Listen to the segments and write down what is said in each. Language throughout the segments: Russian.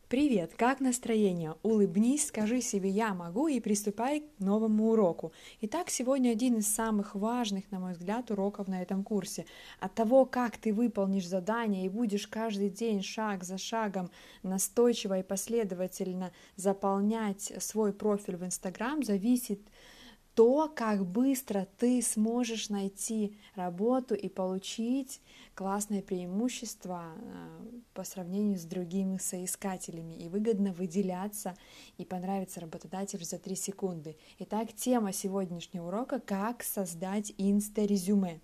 Привет, как настроение? Улыбнись, скажи себе «я могу» и приступай к новому уроку. Итак, сегодня один из самых важных, на мой взгляд, уроков на этом курсе. От того, как ты выполнишь задание и будешь каждый день шаг за шагом настойчиво и последовательно заполнять свой профиль в Instagram, зависит то, как быстро ты сможешь найти работу и получить классное преимущество по сравнению с другими соискателями и выгодно выделяться и понравиться работодателю за 3 секунды. Итак, тема сегодняшнего урока – как создать инста-резюме.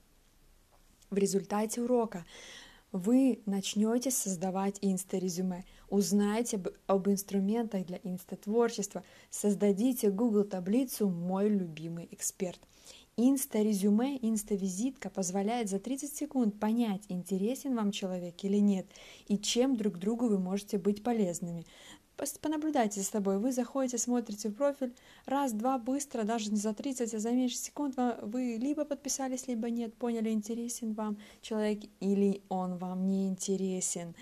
В результате урока вы начнете создавать инста-резюме, узнаете об инструментах для инста-творчества, создадите Google таблицу «Мой любимый эксперт». Инста-резюме, инста-визитка позволяет за 30 секунд понять, интересен вам человек или нет, и чем друг другу вы можете быть полезными. Понаблюдайте за собой, вы заходите, смотрите в профиль, раз-два быстро, даже не за 30, а за меньше секунд вы либо подписались, либо нет, поняли, интересен вам человек или он вам не интересен.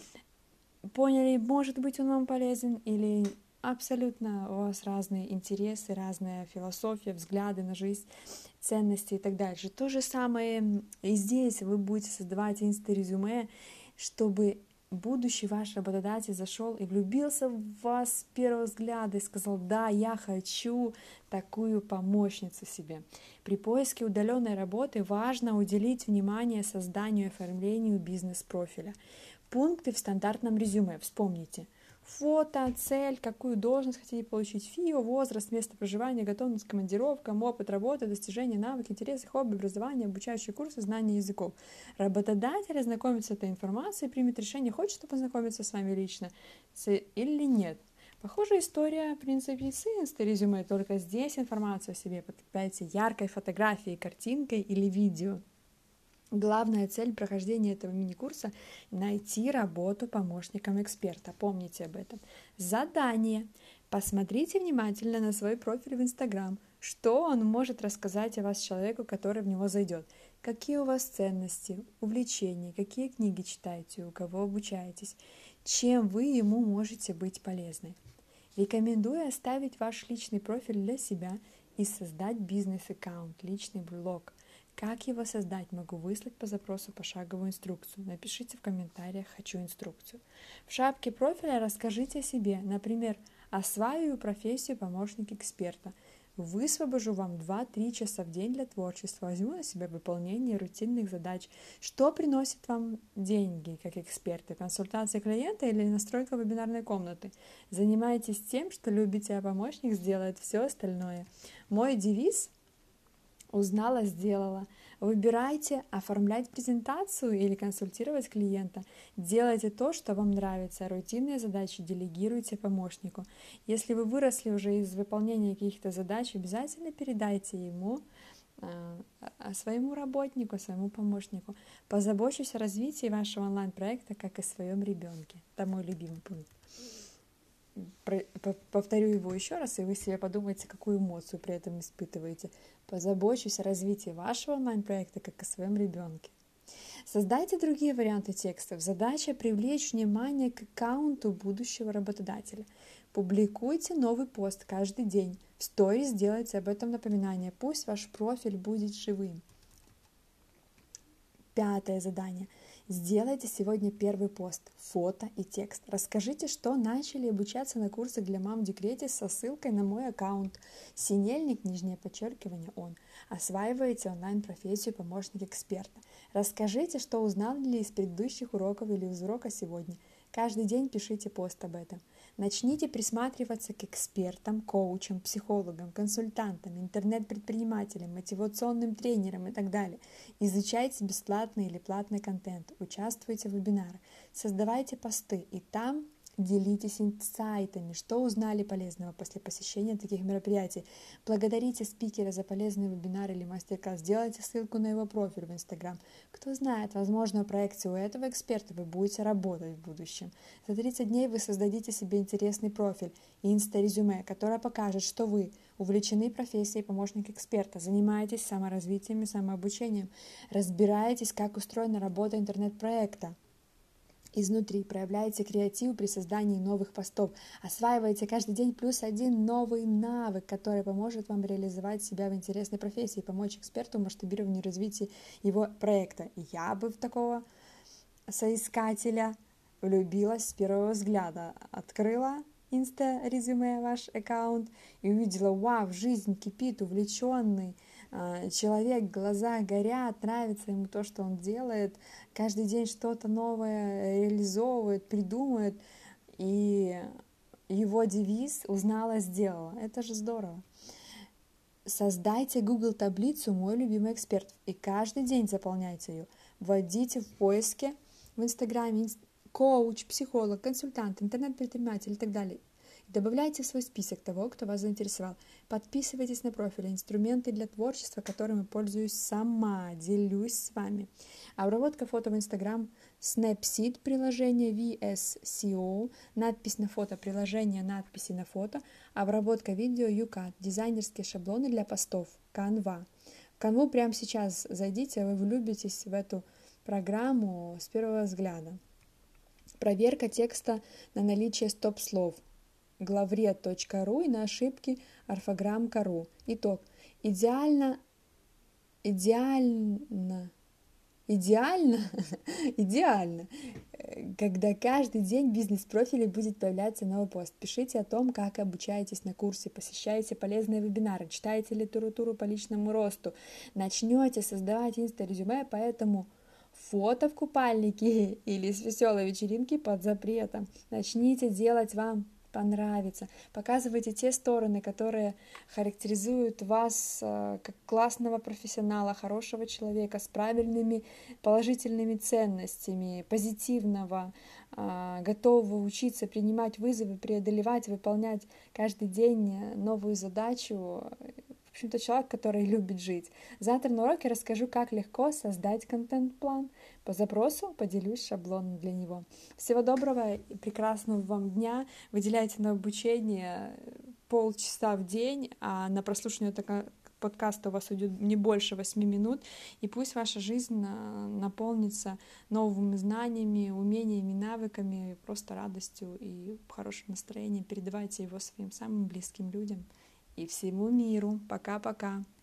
Поняли, может быть, он вам полезен или абсолютно у вас разные интересы, разная философия, взгляды на жизнь, ценности и так дальше. То же самое и здесь вы будете создавать инста-резюме, чтобы будущий ваш работодатель зашел и влюбился в вас с первого взгляда и сказал: да, я хочу такую помощницу себе. При поиске удаленной работы важно уделить внимание созданию и оформлению бизнес-профиля. Пункты в стандартном резюме. Вспомните. Фото, цель, какую должность хотите получить, ФИО, возраст, место проживания, готовность к командировкам, опыт работы, достижения, навыки, интересы, хобби, образование, обучающие курсы, знания языков. Работодатель ознакомится с этой информацией и примет решение, хочет он познакомиться с вами лично или нет. Похожая история, в принципе, с инста-резюме, только здесь информацию о себе подкрепляете яркой фотографией, картинкой или видео. Главная цель прохождения этого мини-курса – найти работу помощником эксперта. Помните об этом. Задание. Посмотрите внимательно на свой профиль в Instagram. Что он может рассказать о вас человеку, который в него зайдет? Какие у вас ценности, увлечения, какие книги читаете, у кого обучаетесь? Чем вы ему можете быть полезны? Рекомендую оставить ваш личный профиль для себя и создать бизнес-аккаунт, личный блог. Как его создать, могу выслать по запросу пошаговую инструкцию. Напишите в комментариях «Хочу инструкцию». В шапке профиля расскажите о себе, например, осваиваю профессию помощник эксперта. Высвобожу вам 2-3 часа в день для творчества, возьму на себя выполнение рутинных задач. Что приносит вам деньги, как эксперты? Консультация клиента или настройка вебинарной комнаты? Занимайтесь тем, что любите, а помощник сделает все остальное. Мой девиз – узнала, сделала. Выбирайте оформлять презентацию или консультировать клиента. Делайте то, что вам нравится. Рутинные задачи делегируйте помощнику. Если вы выросли уже из выполнения каких-то задач, обязательно передайте ему, своему работнику, своему помощнику. Позабочусь о развитии вашего онлайн-проекта, как и о своем ребенке. Это мой любимый пункт. Повторю его еще раз, и вы себе подумайте, какую эмоцию при этом испытываете. Позабочусь о развитии вашего онлайн-проекта, как о своем ребенке. Создайте другие варианты текстов. Задача – привлечь внимание к аккаунту будущего работодателя. Публикуйте новый пост каждый день. В сторис сделайте об этом напоминание. Пусть ваш профиль будет живым. 5 задание. Сделайте сегодня первый пост, фото и текст. Расскажите, что начали обучаться на курсах для мам в декрете со ссылкой на мой аккаунт. Синельник, нижнее подчеркивание, он. Осваиваете онлайн-профессию помощник эксперта. Расскажите, что узнали из предыдущих уроков или из урока сегодня. Каждый день пишите пост об этом. Начните присматриваться к экспертам, коучам, психологам, консультантам, интернет-предпринимателям, мотивационным тренерам и так далее. Изучайте бесплатный или платный контент, участвуйте в вебинарах, создавайте посты и там делитесь инсайтами, что узнали полезного после посещения таких мероприятий. Благодарите спикера за полезный вебинар или мастер-класс. Сделайте ссылку на его профиль в Instagram. Кто знает, возможно, в проекте у этого эксперта вы будете работать в будущем. За 30 дней вы создадите себе интересный профиль и инста-резюме, которое покажет, что вы увлечены профессией помощник эксперта, занимаетесь саморазвитием и самообучением, разбираетесь, как устроена работа интернет-проекта, изнутри, проявляйте креатив при создании новых постов, осваивайте каждый день плюс один новый навык, который поможет вам реализовать себя в интересной профессии, помочь эксперту в масштабировании и развитии его проекта. Я бы в такого соискателя влюбилась с первого взгляда. Открыла инста-резюме, ваш аккаунт, и увидела, вау, жизнь кипит, увлеченный человек, глаза горят, нравится ему то, что он делает, каждый день что-то новое реализовывает, придумывает, и его девиз «Узнала, сделала». Это же здорово. Создайте Google таблицу «Мой любимый эксперт» и каждый день заполняйте ее. Вводите в поиске в Инстаграме коуч, психолог, консультант, интернет-предприниматель и так далее. Добавляйте в свой список того, кто вас заинтересовал. Подписывайтесь на профили, инструменты для творчества, которыми пользуюсь сама, делюсь с вами. Обработка фото в Instagram, Snapseed приложение VSCO, надпись на фото приложение, надписи на фото, обработка видео UCAT, дизайнерские шаблоны для постов, Canva. В Canva прямо сейчас зайдите, вы влюбитесь в эту программу с первого взгляда. Проверка текста на наличие стоп-слов. Главред.ру и на ошибки орфограмм.ру. Итог. Идеально, когда каждый день в бизнес-профиле будет появляться новый пост. Пишите о том, как обучаетесь на курсе, посещаете полезные вебинары, читаете литературу по личному росту, начнете создавать инста-резюме, поэтому фото в купальнике или с веселой вечеринки под запретом. Начните делать, вам понравится. Показывайте те стороны, которые характеризуют вас как классного профессионала, хорошего человека с правильными положительными ценностями, позитивного, готового учиться, принимать вызовы, преодолевать, выполнять каждый день новую задачу. В общем-то, человек, который любит жить. Завтра на уроке расскажу, как легко создать контент-план. По запросу поделюсь шаблоном для него. Всего доброго и прекрасного вам дня. Выделяйте на обучение полчаса в день, а на прослушивание подкаста у вас уйдет не больше 8 минут, и пусть ваша жизнь наполнится новыми знаниями, умениями, навыками, просто радостью и хорошим настроением. Передавайте его своим самым близким людям и всему миру. Пока-пока.